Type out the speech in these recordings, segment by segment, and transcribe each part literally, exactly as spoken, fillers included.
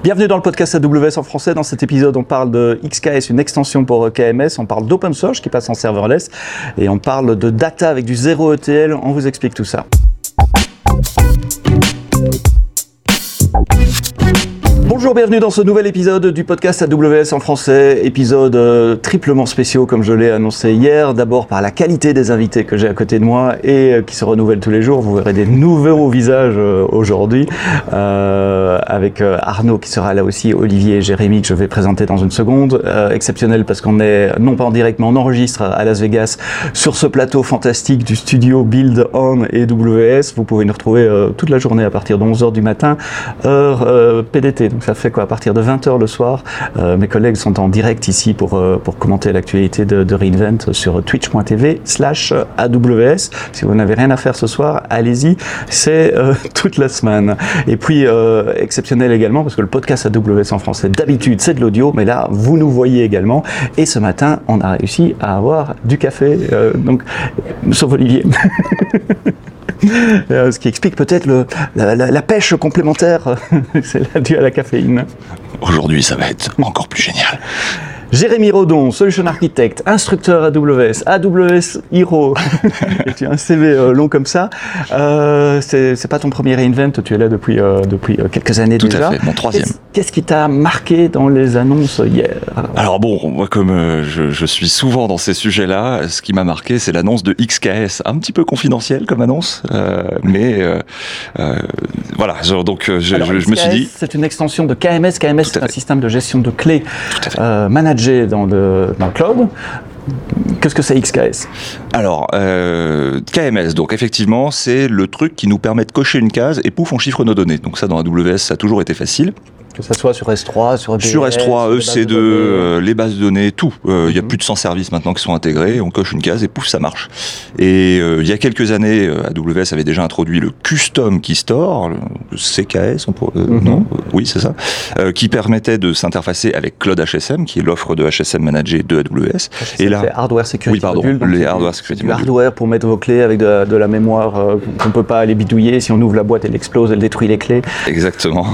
Bienvenue dans le podcast A W S en français. Dans cet épisode, on parle de X K S, une extension pour K M S. On parle d'open source qui passe en serverless. Et on parle de data avec du zéro E T L. On vous explique tout ça. Bonjour, bienvenue dans ce nouvel épisode du podcast A W S en français, épisode euh, triplement spécial comme je l'ai annoncé hier, d'abord par la qualité des invités que j'ai à côté de moi et euh, qui se renouvellent tous les jours. Vous verrez des nouveaux visages euh, aujourd'hui, euh, avec euh, Arnaud qui sera là aussi, Olivier et Jérémy que je vais présenter dans une seconde, euh, exceptionnel parce qu'on est non pas en direct mais on enregistre à Las Vegas sur ce plateau fantastique du studio Build On et A W S. Vous pouvez nous retrouver euh, toute la journée à partir de onze heures du matin, heure euh, P D T. Donc ça fait quoi, à partir de vingt heures le soir, euh, mes collègues sont en direct ici pour, euh, pour commenter l'actualité de, de reInvent sur twitch point t v slash A W S. Si vous n'avez rien à faire ce soir, allez-y, c'est euh, toute la semaine. Et puis, euh, exceptionnel également, parce que le podcast A W S en français, d'habitude, c'est de l'audio, mais là, vous nous voyez également. Et ce matin, on a réussi à avoir du café, euh, donc, sauf Olivier. Euh, ce qui explique peut-être le, la, la, la pêche complémentaire, c'est dû à la caféine. Aujourd'hui, ça va être encore plus génial. Jérémy Rodon, Solution Architect, instructeur A W S, A W S Hero. Et tu as un C V euh, long comme ça. Euh, c'est, c'est pas ton premier reInvent, tu es là depuis, euh, depuis euh, quelques années Tout déjà. Tout à fait, mon troisième. Qu'est-ce, qu'est-ce qui t'a marqué dans les annonces hier ? Alors bon, moi comme euh, je, je suis souvent dans ces sujets-là, ce qui m'a marqué, c'est l'annonce de X K S, un petit peu confidentielle comme annonce, euh, mais euh, euh, voilà. Donc euh, je, Alors, je, je me suis dit, c'est une extension de K M S. K M S, c'est un système de gestion de clés euh, managé dans le, dans le cloud. Qu'est-ce que c'est X K S ? Alors, euh, K M S, donc effectivement, c'est le truc qui nous permet de cocher une case et pouf, on chiffre nos données. Donc ça, dans A W S, ça a toujours été facile. Que ça soit sur S trois, sur D S, sur S trois, E C deux, euh, les bases de données, tout. Il euh, mm-hmm. y a plus de cent services maintenant qui sont intégrés, on coche une case et pouf, ça marche. Et euh, il y a quelques années, A W S avait déjà introduit le Custom Key Store, le C K S, on pourrait, euh, mm-hmm. non, euh, oui c'est ça, euh, qui permettait de s'interfacer avec Cloud H S M, qui est l'offre de H S M managée de A W S. H S M, et là, c'est Hardware Security oui, pardon, Module. Les Hardware Security Module. Hardware pour mettre vos clés avec de, de la mémoire euh, qu'on ne peut pas aller bidouiller. Si on ouvre la boîte, elle explose, elle détruit les clés. Exactement.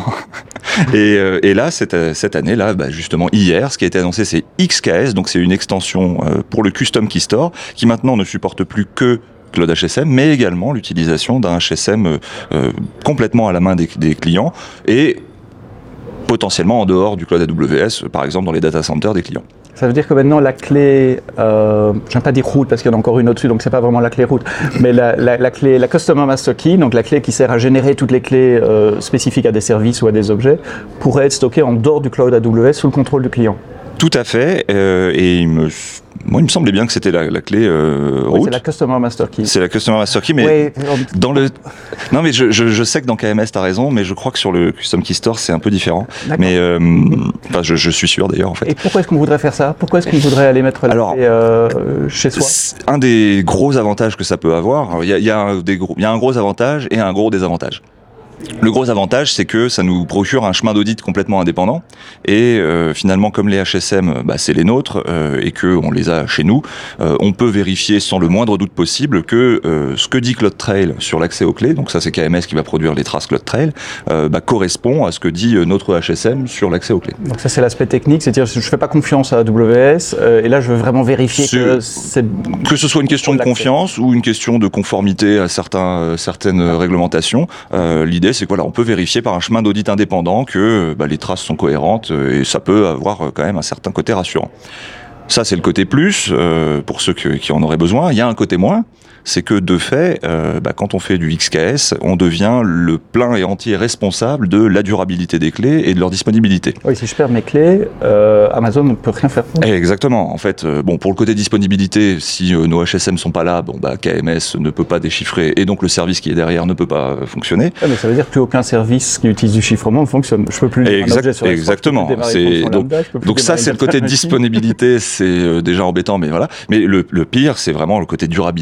et, euh, et là, cette, cette année-là, bah, justement hier, ce qui a été annoncé, c'est X K S, donc c'est une extension euh, pour le Custom Key Store, qui maintenant ne supporte plus que Cloud H S M, mais également l'utilisation d'un H S M euh, euh, complètement à la main des, des clients et potentiellement en dehors du Cloud A W S, par exemple dans les data centers des clients. Ça veut dire que maintenant la clé, euh, je n'aime pas dire route parce qu'il y en a encore une au-dessus, donc c'est pas vraiment la clé route, mais la, la, la clé, la Customer Master Key, donc la clé qui sert à générer toutes les clés euh, spécifiques à des services ou à des objets, pourrait être stockée en dehors du Cloud A W S sous le contrôle du client. Tout à fait, euh, et il me, moi il me semblait bien que c'était la, la clé euh, route. Oui, c'est la Customer Master Key. C'est la Customer Master Key, mais oui. dans le, non mais je, je, je sais que dans K M S t'as raison, mais je crois que sur le Custom Key Store c'est un peu différent. D'accord. Mais euh, enfin je, je suis sûr d'ailleurs en fait. Et pourquoi est-ce qu'on voudrait faire ça ? Pourquoi est-ce qu'on voudrait aller mettre la Alors, clé euh, chez soi ? Un des gros avantages que ça peut avoir, il y a, il y a un des gros, il y a un gros avantage et un gros désavantage. Le gros avantage, c'est que ça nous procure un chemin d'audit complètement indépendant. Et euh, finalement, comme les H S M, bah, c'est les nôtres euh, et que on les a chez nous, euh, on peut vérifier sans le moindre doute possible que euh, ce que dit CloudTrail sur l'accès aux clés, donc ça c'est K M S qui va produire les traces CloudTrail, euh, bah, correspond à ce que dit notre H S M sur l'accès aux clés. Donc ça c'est l'aspect technique, c'est-à-dire je ne fais pas confiance à A W S euh, et là je veux vraiment vérifier c'est, que c'est... Que ce soit une question de confiance ou une question de conformité à certains, euh, certaines ah. réglementations, euh, l'idée c'est que voilà, on peut vérifier par un chemin d'audit indépendant que bah, les traces sont cohérentes et ça peut avoir quand même un certain côté rassurant. Ça, c'est le côté plus, euh, pour ceux que, qui en auraient besoin. Il y a un côté moins, c'est que de fait, euh, bah, quand on fait du X K S, on devient le plein et entier responsable de la durabilité des clés et de leur disponibilité. Oui, si je perds mes clés, euh, Amazon ne peut rien faire pour. Exactement. En fait, euh, bon, pour le côté disponibilité, si euh, nos H S M sont pas là, bon, bah, K M S ne peut pas déchiffrer et donc le service qui est derrière ne peut pas euh, fonctionner. Ouais, mais ça veut dire que plus aucun service qui utilise du chiffrement ne fonctionne. Je peux plus. Exact, un objet sur exactement. C'est, donc, lambda, donc ça, c'est le côté disponibilité, c'est euh, déjà embêtant, mais voilà. Mais le, le pire, c'est vraiment le côté durabilité où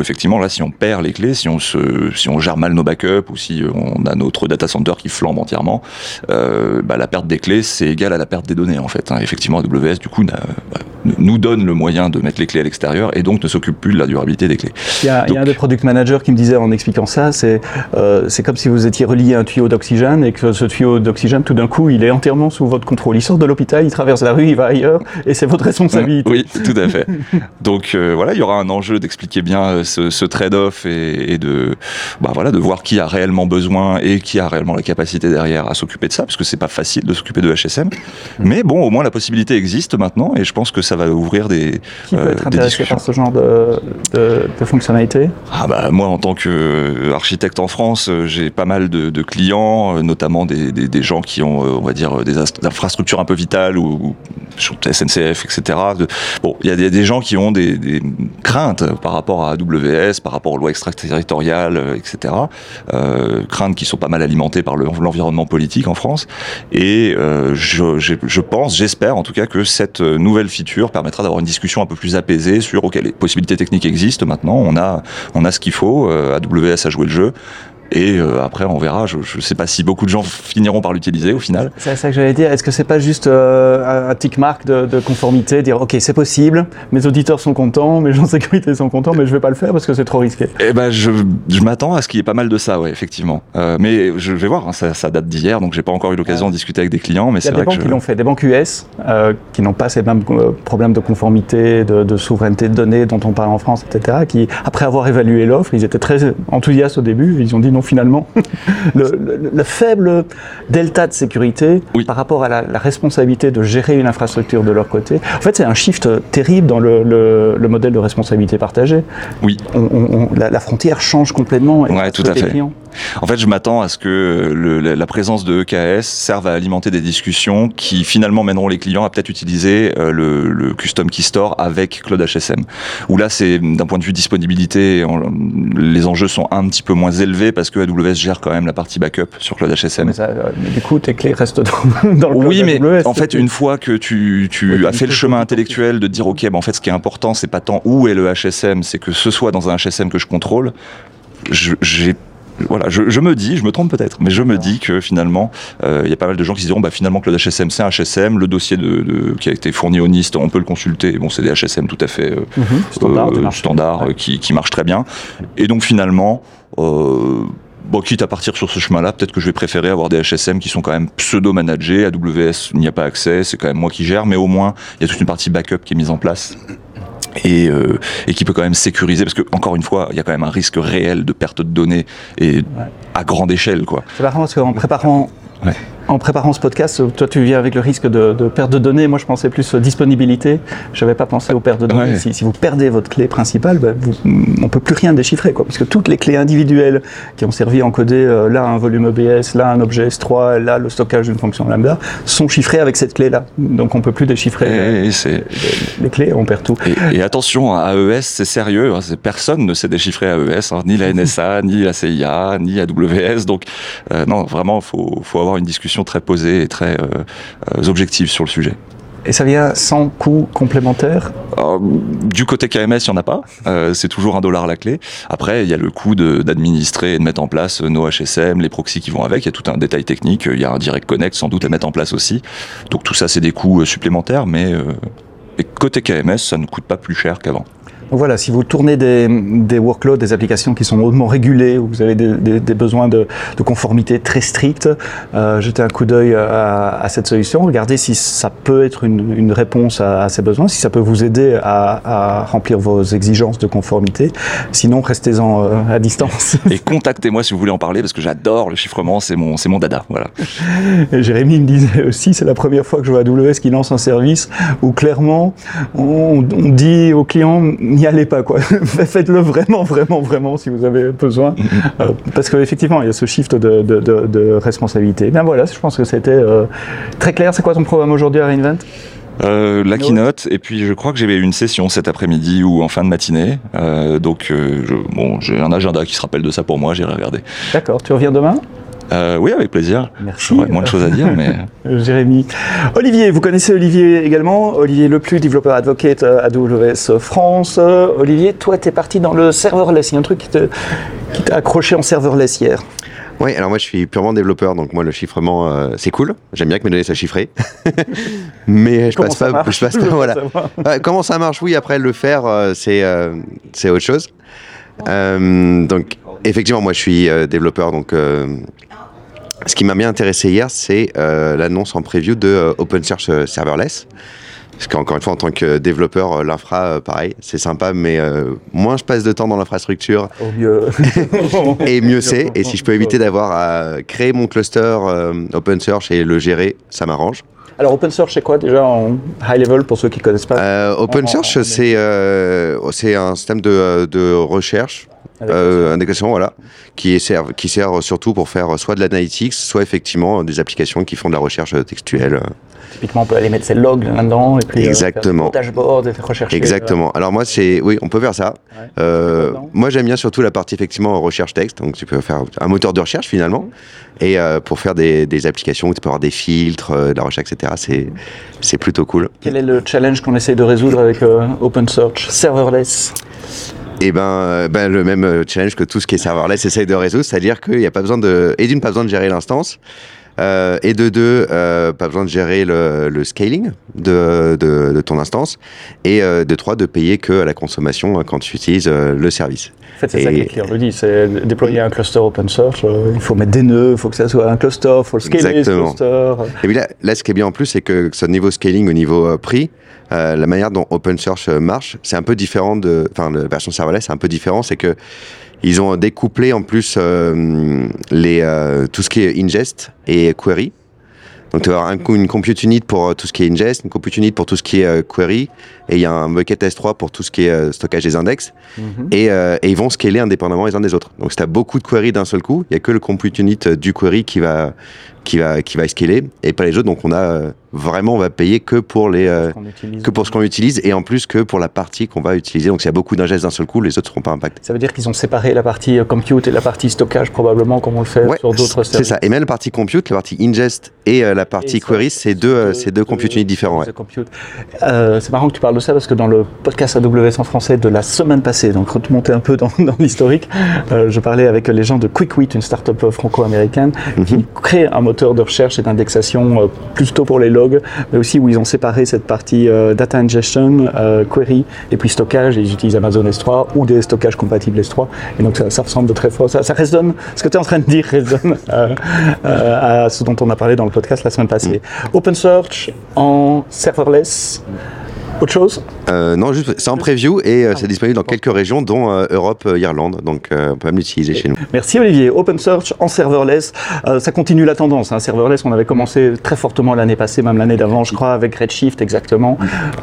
effectivement, là, si on perd les clés, si on se, si on gère mal nos backups ou si on a notre data center qui flambe entièrement, euh, bah, la perte des clés, c'est égal à la perte des données, en fait. Hein. Effectivement, A W S, du coup, bah, nous donne le moyen de mettre les clés à l'extérieur et donc ne s'occupe plus de la durabilité des clés. Il y a, donc, il y a un des product managers qui me disait en expliquant ça, c'est euh, c'est comme si vous étiez relié à un tuyau d'oxygène et que ce tuyau d'oxygène, tout d'un coup, il est entièrement sous votre contrôle. Il sort de l'hôpital, il traverse la rue, il va ailleurs et c'est votre responsabilité. Oui, tout à fait. Donc euh, voilà, il y aura un enjeu d'expliquer bien ce, ce trade-off et, et de, bah, voilà, de voir qui a réellement besoin et qui a réellement la capacité derrière à s'occuper de ça, parce que c'est pas facile de s'occuper de H S M. Mais bon, au moins la possibilité existe maintenant et je pense que ça va ouvrir des Qui peut euh, être intéressé par ce genre de, de, de fonctionnalité? Ah bah, moi, en tant qu'architecte en France, j'ai pas mal de, de clients, notamment des, des, des gens qui ont, on va dire, des infrastructures un peu vitales ou, ou S N C F, et cetera. De, bon, il y a des, des gens qui ont des, des craintes par rapport à A W S, par rapport aux lois extraterritoriales, et cetera. Euh, craintes qui sont pas mal alimentées par le, l'environnement politique en France. Et euh, je, je, je pense, j'espère en tout cas que cette nouvelle feature permettra d'avoir une discussion un peu plus apaisée sur ok, les possibilités techniques existent maintenant, on a, on a ce qu'il faut, euh, A W S a joué le jeu. Et euh, après, on verra. Je ne sais pas si beaucoup de gens finiront par l'utiliser au final. C'est ça que j'allais dire. Est-ce que c'est pas juste euh, un tick mark de, de conformité, dire ok, c'est possible, mes auditeurs sont contents, mes gens de sécurité sont contents, mais je vais pas le faire parce que c'est trop risqué. Eh ben, je, je m'attends à ce qu'il y ait pas mal de ça, ouais, effectivement. Euh, mais je vais voir. Hein, ça, ça date d'hier, donc j'ai pas encore eu l'occasion ouais. de discuter avec des clients. Mais il y a c'est des vrai banques que je... qui l'ont fait, des banques U S euh, qui n'ont pas ces mêmes euh, problèmes de conformité, de, de souveraineté de données dont on parle en France, et cetera. Qui, après avoir évalué l'offre, ils étaient très enthousiastes au début. Ils ont dit non, finalement. Le, le, le faible delta de sécurité oui. par rapport à la, la responsabilité de gérer une infrastructure de leur côté. En fait, c'est un shift terrible dans le, le, le modèle de responsabilité partagée. Oui. On, on, la, la frontière change complètement. Ouais, tout à fait. Clients. En fait, je m'attends à ce que le, la présence de E K S serve à alimenter des discussions qui finalement mèneront les clients à peut-être utiliser euh, le, le Custom Key Store avec Cloud H S M. Où là, c'est d'un point de vue disponibilité, on, les enjeux sont un petit peu moins élevés parce que A W S gère quand même la partie backup sur Cloud H S M. Mais, ça, mais du coup, tes clés restent dans, dans le oui, Cloud mais A W S. En fait, une fois que tu, tu oui, as fait le chemin intellectuel de dire, ok, bah, en fait, ce qui est important, c'est pas tant où est le H S M, c'est que ce soit dans un H S M que je contrôle. Je, j'ai Voilà, je, je me dis, je me trompe peut-être, mais je me dis que finalement, il euh, y a pas mal de gens qui se diront, bah finalement que le H S M c'est un H S M, le dossier de, de, qui a été fourni au N I S T, on peut le consulter. Bon, c'est des H S M tout à fait euh, mm-hmm. standard, euh, standard ouais. qui, qui marchent très bien. Et donc finalement, euh, bon, quitte à partir sur ce chemin-là, peut-être que je vais préférer avoir des H S M qui sont quand même pseudo-managés. A W S n'y a pas accès, c'est quand même moi qui gère, mais au moins il y a toute une partie backup qui est mise en place. Et, euh, et qui peut quand même sécuriser, parce que encore une fois, il y a quand même un risque réel de perte de données et ouais. à grande échelle, quoi. C'est marrant parce qu'en préparant, ouais. en préparant ce podcast, toi tu viens avec le risque de, de perte de données. Moi je pensais plus disponibilité. Je n'avais pas pensé aux pertes de données. Ouais. Si, si vous perdez votre clé principale, bah, vous, on peut plus rien déchiffrer, quoi, parce que toutes les clés individuelles qui ont servi à encoder euh, là un volume E B S, là un objet S trois, là le stockage d'une fonction lambda, sont chiffrées avec cette clé-là. Donc on peut plus déchiffrer et, et c'est... les, les clés, on perd tout. Et, et attention, A E S c'est sérieux. Hein, c'est, personne ne sait déchiffrer A E S, hein, ni la N S A, ni la C I A, ni A W S. Donc euh, non, vraiment, faut, faut avoir une discussion très posée et très euh, euh, objective sur le sujet. Et ça vient sans coût complémentaire ? Alors, du côté K M S, il n'y en a pas. Euh, c'est toujours un dollar la clé. Après, il y a le coût de, d'administrer et de mettre en place nos H S M, les proxys qui vont avec. Il y a tout un détail technique. Il y a un direct connect sans doute à mettre en place aussi. Donc tout ça, c'est des coûts supplémentaires. Mais euh, et côté K M S, ça ne coûte pas plus cher qu'avant. Donc voilà, si vous tournez des, des workloads, des applications qui sont hautement régulées, où vous avez des, des, des besoins de, de conformité très stricts, euh, jetez un coup d'œil à, à cette solution, regardez si ça peut être une, une réponse à, à ces besoins, si ça peut vous aider à, à remplir vos exigences de conformité. Sinon, restez-en euh, à distance. Et contactez-moi si vous voulez en parler, parce que j'adore le chiffrement, c'est mon, c'est mon dada. Voilà. Et Jérémy me disait aussi, c'est la première fois que je vois A W S qui lance un service où clairement, on, on dit aux clients, n'y allez pas, quoi. Faites-le vraiment, vraiment, vraiment si vous avez besoin. Mm-hmm. Euh, parce qu'effectivement, il y a ce shift de, de, de, de responsabilité. Bien voilà, je pense que c'était euh, très clair. C'est quoi ton programme aujourd'hui à re:Invent ? Euh, la keynote, et puis je crois que j'ai une session cet après-midi ou en fin de matinée. Euh, donc, euh, je, bon, j'ai un agenda qui se rappelle de ça pour moi, j'irai regarder. D'accord, tu reviens demain ? Euh, oui, avec plaisir. Merci. J'aurais moins de choses à dire, mais... Jérémy. Olivier, vous connaissez Olivier également. Olivier Leplu, développeur advocate à A W S France. Olivier, toi, tu es parti dans le serverless. Il y a un truc qui, te, qui t'a accroché en serverless hier. Oui, alors moi je suis purement développeur, donc moi le chiffrement euh, c'est cool. J'aime bien que mes données soient chiffrées, mais je comment passe ça pas. Marche, je passe pas. Voilà. Ouais, comment ça marche? Oui, après le faire, euh, c'est euh, c'est autre chose. Euh, donc effectivement, moi je suis euh, développeur, donc euh, ce qui m'a bien intéressé hier, c'est euh, l'annonce en preview de euh, OpenSearch Serverless. Parce qu'encore une fois, en tant que développeur, l'infra, euh, pareil, c'est sympa, mais euh, moins je passe de temps dans l'infrastructure, au mieux. et mieux c'est. Et si je peux éviter d'avoir à créer mon cluster euh, OpenSearch et le gérer, ça m'arrange. Alors OpenSearch, c'est quoi déjà en high level pour ceux qui ne connaissent pas? euh, OpenSearch, c'est euh, c'est un système de, de recherche, euh, indexation, voilà, qui sert, qui sert surtout pour faire soit de l'analytics, soit effectivement des applications qui font de la recherche textuelle. Typiquement, on peut aller mettre ses logs là-dedans et puis exactement. Euh, faire dashboard et rechercher. Exactement. Alors moi, c'est, oui, on peut faire ça. Ouais. Euh, moi, j'aime bien surtout la partie effectivement recherche texte. Donc tu peux faire un moteur de recherche finalement, mmh. et euh, pour faire des, des applications où tu peux avoir des filtres, euh, de la recherche, et cetera. C'est c'est plutôt cool. Quel est le challenge qu'on essaye de résoudre avec euh, OpenSearch Serverless? Et ben, euh, ben le même challenge que tout ce qui est serverless essaye de résoudre, c'est-à-dire qu'il n'y a pas besoin de, et d'une pas besoin de gérer l'instance. Euh, et de deux, euh, pas besoin de gérer le, le scaling de, de, de ton instance. Et euh, de trois, de payer que à la consommation quand tu utilises euh, le service. En fait, c'est et ça que les clients le disent, c'est déployer un cluster open source, euh, il faut mettre des nœuds, il faut que ça soit un cluster, il faut le scaler ce cluster. Et puis là, là, ce qui est bien en plus, c'est que ce niveau scaling au niveau euh, prix, euh, la manière dont OpenSearch marche, c'est un peu différent de, enfin, la version serverless, c'est un peu différent, c'est que ils ont découplé en plus euh, les, euh, tout ce qui est ingest et query. Donc tu vas avoir un, une compute unit pour tout ce qui est ingest, une compute unit pour tout ce qui est euh, query, et il y a un bucket S trois pour tout ce qui est euh, stockage des index, mm-hmm. et, euh, et ils vont scaler indépendamment les uns des autres. Donc si tu as beaucoup de queries d'un seul coup, il n'y a que le compute unit du query qui va, qui va, qui va scaler, et pas les autres. Donc on a euh, vraiment, on va payer que pour, les, euh, que pour ce qu'on utilise, et en plus que pour la partie qu'on va utiliser. Donc s'il y a beaucoup d'ingest d'un seul coup, les autres ne seront pas impactés. Ça veut dire qu'ils ont séparé la partie compute et la partie stockage probablement, comme on le fait ouais, sur d'autres services. C'est ça, et même la partie compute, la partie ingest et euh, la partie et query, c'est deux, euh, c'est deux compute units différents. Ouais. Euh, c'est marrant que tu parles de ça, parce que dans le podcast A W S en français de la semaine passée, donc remonter un peu dans, dans l'historique, euh, je parlais avec les gens de QuickWheat, une start-up franco-américaine, mm-hmm. qui crée un moteur de recherche et d'indexation euh, plutôt pour les logs, mais aussi où ils ont séparé cette partie euh, data ingestion, euh, query, et puis stockage, et ils utilisent Amazon S trois ou des stockages compatibles S trois, et donc ça, ça ressemble de très fort, ça, ça résonne, ce que tu es en train de dire résonne euh, euh, à ce dont on a parlé dans le podcast la semaine passée. Mm. OpenSearch en serverless. Autre chose euh, Non, juste, c'est en preview et euh, c'est disponible dans quelques régions, dont euh, Europe, euh, Irlande, donc euh, on peut même l'utiliser chez nous. Merci Olivier. OpenSearch en serverless, euh, ça continue la tendance. Hein. Serverless, on avait commencé très fortement l'année passée, même l'année d'avant, je crois, avec Redshift exactement,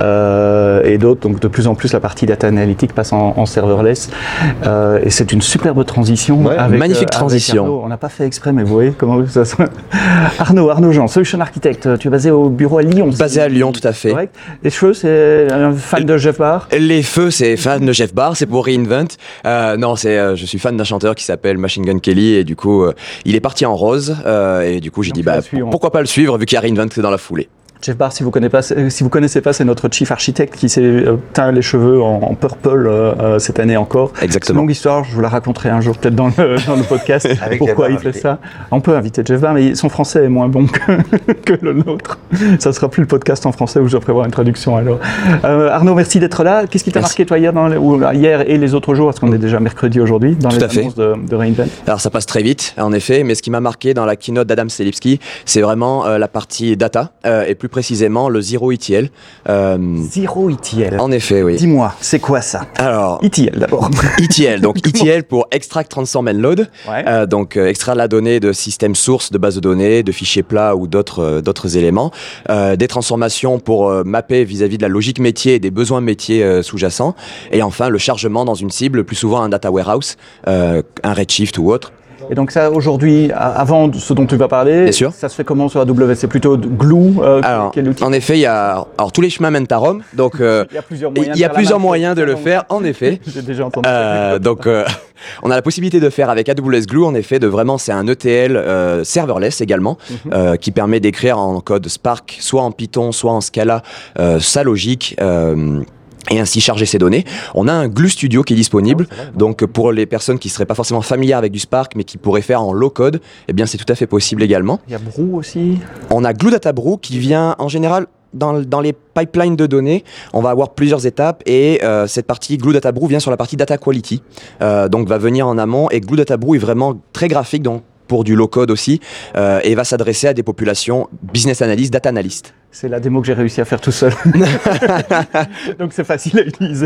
euh, et d'autres. Donc de plus en plus, la partie data analytique passe en, en serverless, euh, et c'est une superbe transition. Ouais, avec, magnifique euh, transition. Avec on n'a pas fait exprès, mais vous voyez comment ça se... Arnaud, Arnaud Jean, Solution Architect. Tu es basé au bureau à Lyon. Basé à Lyon, tout à fait. Correct. Les cheveux, c'est un fan de Jeff Barr. Les feux, c'est fan de Jeff Barr, c'est pour Reinvent. Euh, non, c'est, euh, je suis fan d'un chanteur qui s'appelle Machine Gun Kelly, et du coup, euh, il est parti en rose, euh, et du coup, j'ai Donc dit, bah, pourquoi pas le suivre, vu qu'il y a Reinvent dans la foulée. Jeff Barr, si vous ne si connaissez pas, c'est notre chief architecte qui s'est euh, teint les cheveux en, en purple euh, cette année encore. Exactement. C'est une longue histoire, je vous la raconterai un jour peut-être dans le, dans le podcast, pourquoi il fait invité. ça. On peut inviter Jeff Barr, mais son français est moins bon que, que le nôtre. Ça ne sera plus le podcast en français où je dois prévoir une traduction alors. Euh, Arnaud, merci d'être là. Qu'est-ce qui t'a merci. marqué toi hier, dans les, ou, hier et les autres jours, parce qu'on est déjà mercredi aujourd'hui, dans Tout les annonces de, de Reinvent? Alors ça passe très vite, en effet, mais ce qui m'a marqué dans la keynote d'Adam Selipsky, c'est vraiment euh, la partie data, euh, et plus précisément le Zero E T L. Euh, Zero E T L. En effet, oui. Dis-moi, c'est quoi ça? Alors, E T L d'abord. E T L, donc E T L pour Extract, Transform and Load. Ouais. Euh, donc euh, extraire la donnée de systèmes sources, de bases de données, de fichiers plats ou d'autres euh, d'autres éléments. Euh, des transformations pour euh, mapper vis-à-vis de la logique métier et des besoins métiers euh, sous-jacents. Et enfin, le chargement dans une cible, le plus souvent un data warehouse, euh, un Redshift ou autre. Et donc ça, aujourd'hui, avant ce dont tu vas parler, Bien sûr. ça se fait comment sur A W S? C'est plutôt de Glue euh, Alors, quel outil? en effet, il y a alors tous les chemins mènent à Rome, donc euh, il y a plusieurs moyens, il y a de, plusieurs moyens de le faire, en effet. J'ai déjà entendu. Euh, donc, euh, on a la possibilité de faire avec A W S Glue, en effet, de vraiment, c'est un E T L euh, serverless également, mm-hmm. euh, qui permet d'écrire en code Spark, soit en Python, soit en Scala, euh, sa logique. Euh, et ainsi charger ses données. On a un Glue Studio qui est disponible, oh, vrai, donc pour les personnes qui ne seraient pas forcément familières avec du Spark, mais qui pourraient faire en low-code, eh bien c'est tout à fait possible également. Il y a Brew aussi. On a Glue Data Brew qui vient en général dans, dans les pipelines de données. On va avoir plusieurs étapes et euh, cette partie Glue Data Brew vient sur la partie Data Quality, euh, donc va venir en amont, et Glue Data Brew est vraiment très graphique, donc pour du low-code aussi, euh, et va s'adresser à des populations business analyst, data analyst. C'est la démo que j'ai réussi à faire tout seul. Donc c'est facile à utiliser.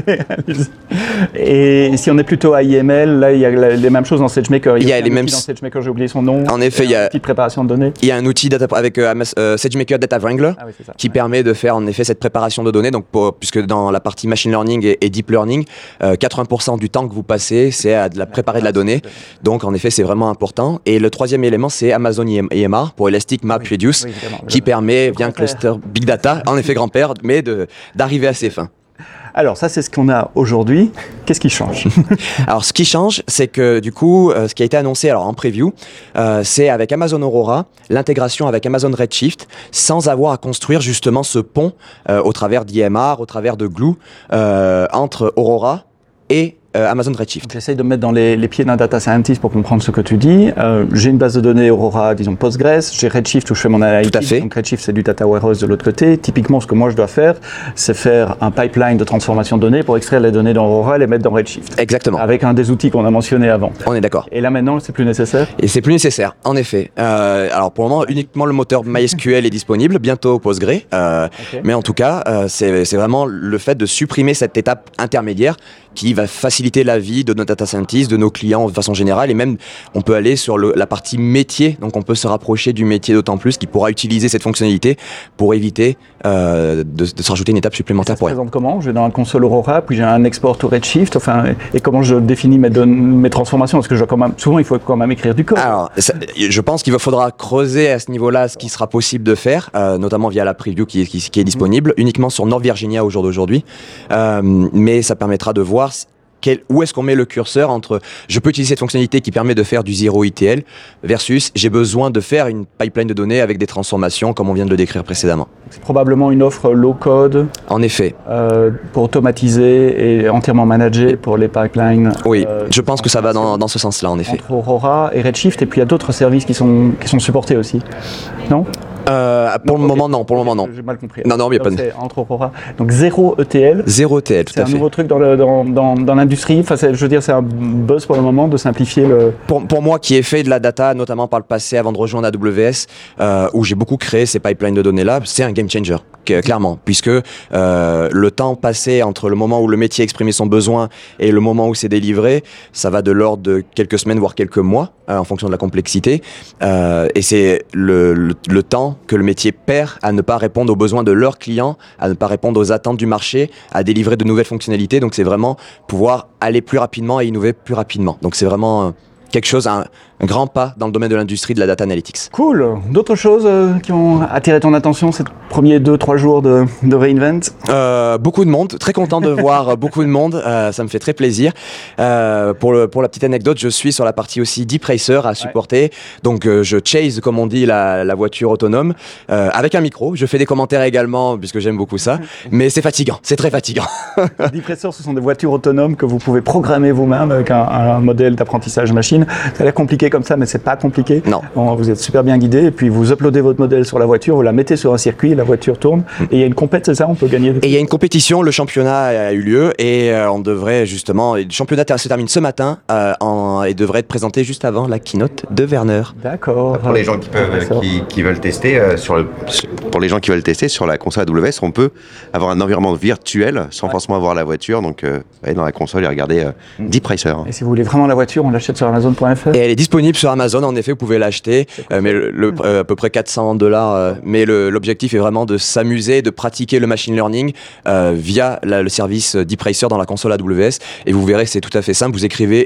Et si on est plutôt à I M L, là il y a les mêmes choses dans SageMaker. Il y a, il y a les mêmes dans SageMaker, j'ai oublié son nom. En effet, il y a un outil de préparation de données. Il y a un outil data, avec euh, euh, SageMaker Data Wrangler ah oui, ça, qui ouais. permet de faire en effet cette préparation de données. Donc pour, puisque dans la partie machine learning et, et deep learning, euh, quatre-vingts pour cent du temps que vous passez, c'est à de la préparer de la donnée. Donc en effet, c'est vraiment important. Et le troisième élément, c'est Amazon E M R pour Elastic Map oui, Reduce, oui, qui permet via un cluster Big Data. En effet grand-père, mais de, d'arriver à ses fins. Alors ça c'est ce qu'on a aujourd'hui. Qu'est-ce qui change? Alors ce qui change, c'est que du coup, euh, ce qui a été annoncé alors en preview, euh, c'est avec Amazon Aurora, l'intégration avec Amazon Redshift, sans avoir à construire justement ce pont euh, au travers d'I M R, au travers de Glue, euh, entre Aurora et Euh, Amazon Redshift. J'essaye de me mettre dans les, les pieds d'un data scientist pour comprendre ce que tu dis. Euh, j'ai une base de données Aurora, disons Postgres, j'ai Redshift où je fais mon analyse. Tout à fait. Donc Redshift c'est du data warehouse de l'autre côté. Typiquement ce que moi je dois faire, c'est faire un pipeline de transformation de données pour extraire les données dans Aurora et les mettre dans Redshift. Exactement. Avec un des outils qu'on a mentionné avant. On est d'accord. Et là maintenant c'est plus nécessaire? Et c'est plus nécessaire, en effet. Euh, alors pour le moment uniquement le moteur MySQL est disponible, bientôt Postgre. Euh, okay. Mais en tout cas euh, c'est, c'est vraiment le fait de supprimer cette étape intermédiaire qui va faciliter la vie de nos data scientists, de nos clients de façon générale, et même on peut aller sur le, la partie métier, donc on peut se rapprocher du métier d'autant plus qui pourra utiliser cette fonctionnalité pour éviter euh, de, de se rajouter une étape supplémentaire. Ça se présente comment? Je vais dans la console Aurora, puis j'ai un export au Redshift, enfin, et comment je définis mes, don- mes transformations? Parce que je dois quand même, souvent il faut quand même écrire du code. Alors, ça, je pense qu'il faudra creuser à ce niveau-là ce qui sera possible de faire, euh, notamment via la preview qui, qui, qui est disponible, mmh. uniquement sur North Virginia au jour d'aujourd'hui, euh, mais ça permettra de voir Quel, où est-ce qu'on met le curseur entre je peux utiliser cette fonctionnalité qui permet de faire du zéro E T L versus j'ai besoin de faire une pipeline de données avec des transformations comme on vient de le décrire précédemment. C'est probablement une offre low code. En effet. Euh, pour automatiser et entièrement manager pour les pipelines. Oui, euh, je pense que ça va dans, dans ce sens-là en effet. Entre Aurora et Redshift, et puis il y a d'autres services qui sont, qui sont supportés aussi. Non? Euh, pour non, le okay. moment, non. Pour le moment, non. J'ai mal compris. Non, non, mais pas de... entre Aurora. Donc zéro E T L. Zéro E T L, tout c'est à fait. C'est un nouveau truc dans, le, dans, dans, dans l'industrie. Enfin, c'est, je veux dire, c'est un buzz pour le moment de simplifier le. Pour, pour moi, qui ai fait de la data, notamment par le passé, avant de rejoindre A W S, euh, où j'ai beaucoup créé ces pipelines de données là, c'est un game changer, clairement, puisque euh, le temps passé entre le moment où le métier exprimait son besoin et le moment où c'est délivré, ça va de l'ordre de quelques semaines, voire quelques mois, euh, en fonction de la complexité. Euh, et c'est le, le, le temps que le métier perd à ne pas répondre aux besoins de leurs clients, à ne pas répondre aux attentes du marché, à délivrer de nouvelles fonctionnalités. Donc c'est vraiment pouvoir aller plus rapidement et innover plus rapidement. Donc c'est vraiment quelque chose, un, un grand pas dans le domaine de l'industrie de la data analytics. Cool. D'autres choses euh, qui ont attiré ton attention ces premiers deux trois jours de, de reInvent? euh, Beaucoup de monde. Très content de voir beaucoup de monde. Euh, ça me fait très plaisir. Euh, pour, le, pour la petite anecdote, je suis sur la partie aussi Deep Racer à supporter. Ouais. Donc euh, je chase, comme on dit, la, la voiture autonome euh, avec un micro. Je fais des commentaires également puisque j'aime beaucoup ça. Mais c'est fatigant. C'est très fatigant. Deep Racer, ce sont des voitures autonomes que vous pouvez programmer vous-même avec un, un modèle d'apprentissage machine. Ça a l'air compliqué comme ça, mais c'est pas compliqué. Non. Bon, vous êtes super bien guidé, et puis vous uploadez votre modèle sur la voiture, vous la mettez sur un circuit, la voiture tourne, mm. et il y a une compétition, c'est ça, on peut gagner des... Et il y a une compétition, le championnat a eu lieu, et euh, on devrait justement, le championnat se termine ce matin, euh, en, et devrait être présenté juste avant la keynote de Werner. D'accord. Pour les gens qui peuvent, qui, qui veulent tester, euh, sur le, pour les gens qui veulent tester sur la console A W S, on peut avoir un environnement virtuel sans ouais. forcément avoir la voiture, donc euh, aller dans la console et regarder euh, mm. Deep Racer. Et si vous voulez vraiment la voiture, on l'achète sur Amazon point F R. Et elle est disponible sur Amazon, en effet, vous pouvez l'acheter, euh, mais le, le, euh, à peu près quatre cents dollars. Euh, mais le, l'objectif est vraiment de s'amuser, de pratiquer le machine learning euh, via la, le service Deep Racer dans la console A W S. Et vous verrez, c'est tout à fait simple. Vous écrivez une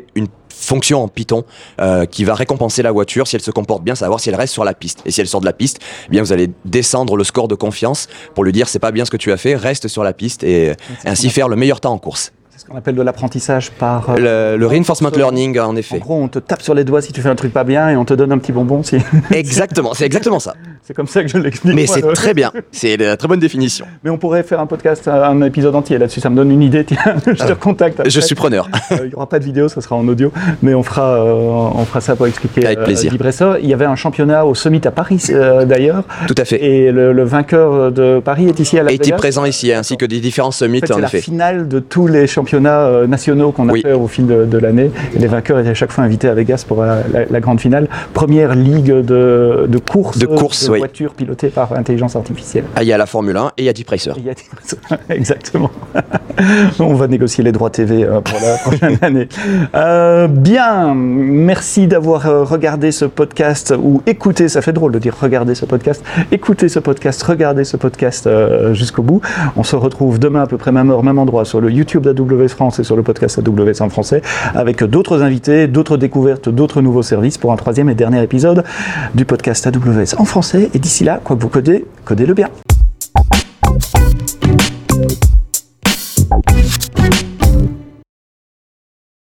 fonction en Python euh, qui va récompenser la voiture si elle se comporte bien, savoir si elle reste sur la piste. Et si elle sort de la piste, eh bien vous allez descendre le score de confiance pour lui dire c'est pas bien ce que tu as fait, reste sur la piste et ainsi faire le meilleur temps en course. C'est ce qu'on appelle de l'apprentissage par... Euh, le, le reinforcement learning, en effet. En gros, on te tape sur les doigts si tu fais un truc pas bien et on te donne un petit bonbon si... Exactement, c'est exactement ça. C'est comme ça que je l'explique. Mais moi, c'est le... très bien, c'est une très bonne définition. Mais on pourrait faire un podcast, un épisode entier là-dessus, ça me donne une idée, tiens, je te recontacte. Je suis preneur. Il n'y aura pas de vidéo, ça sera en audio, mais on fera, euh, on fera ça pour expliquer. Avec plaisir. Euh, Il y avait un championnat au Summit à Paris euh, d'ailleurs. Tout à fait. Et le, le vainqueur de Paris est ici à Las Vegas. Est-il présent ici, ainsi que des différents summits, en, fait, en c'est effet. la finale de tous les championnats euh, nationaux qu'on a oui. fait au fil de, de l'année. Et les vainqueurs étaient à chaque fois invités à Vegas pour euh, la, la grande finale. Première ligue de, de course de, course, de oui. voitures pilotées par intelligence artificielle. Ah, il y a la Formule un et il y a Deep Racer. Il y a Deep Racer. Exactement. On va négocier les droits T V euh, pour la prochaine année. Euh, bien, merci d'avoir euh, regardé ce podcast ou écouté, ça fait drôle de dire regarder ce podcast, écoutez ce podcast, regardez ce podcast euh, jusqu'au bout. On se retrouve demain à peu près même heure, même endroit sur le YouTube d'A W S France et sur le podcast A W S en français avec d'autres invités, d'autres découvertes, d'autres nouveaux services pour un troisième et dernier épisode du podcast A W S en français. Et d'ici là, quoi que vous codez, codez-le bien.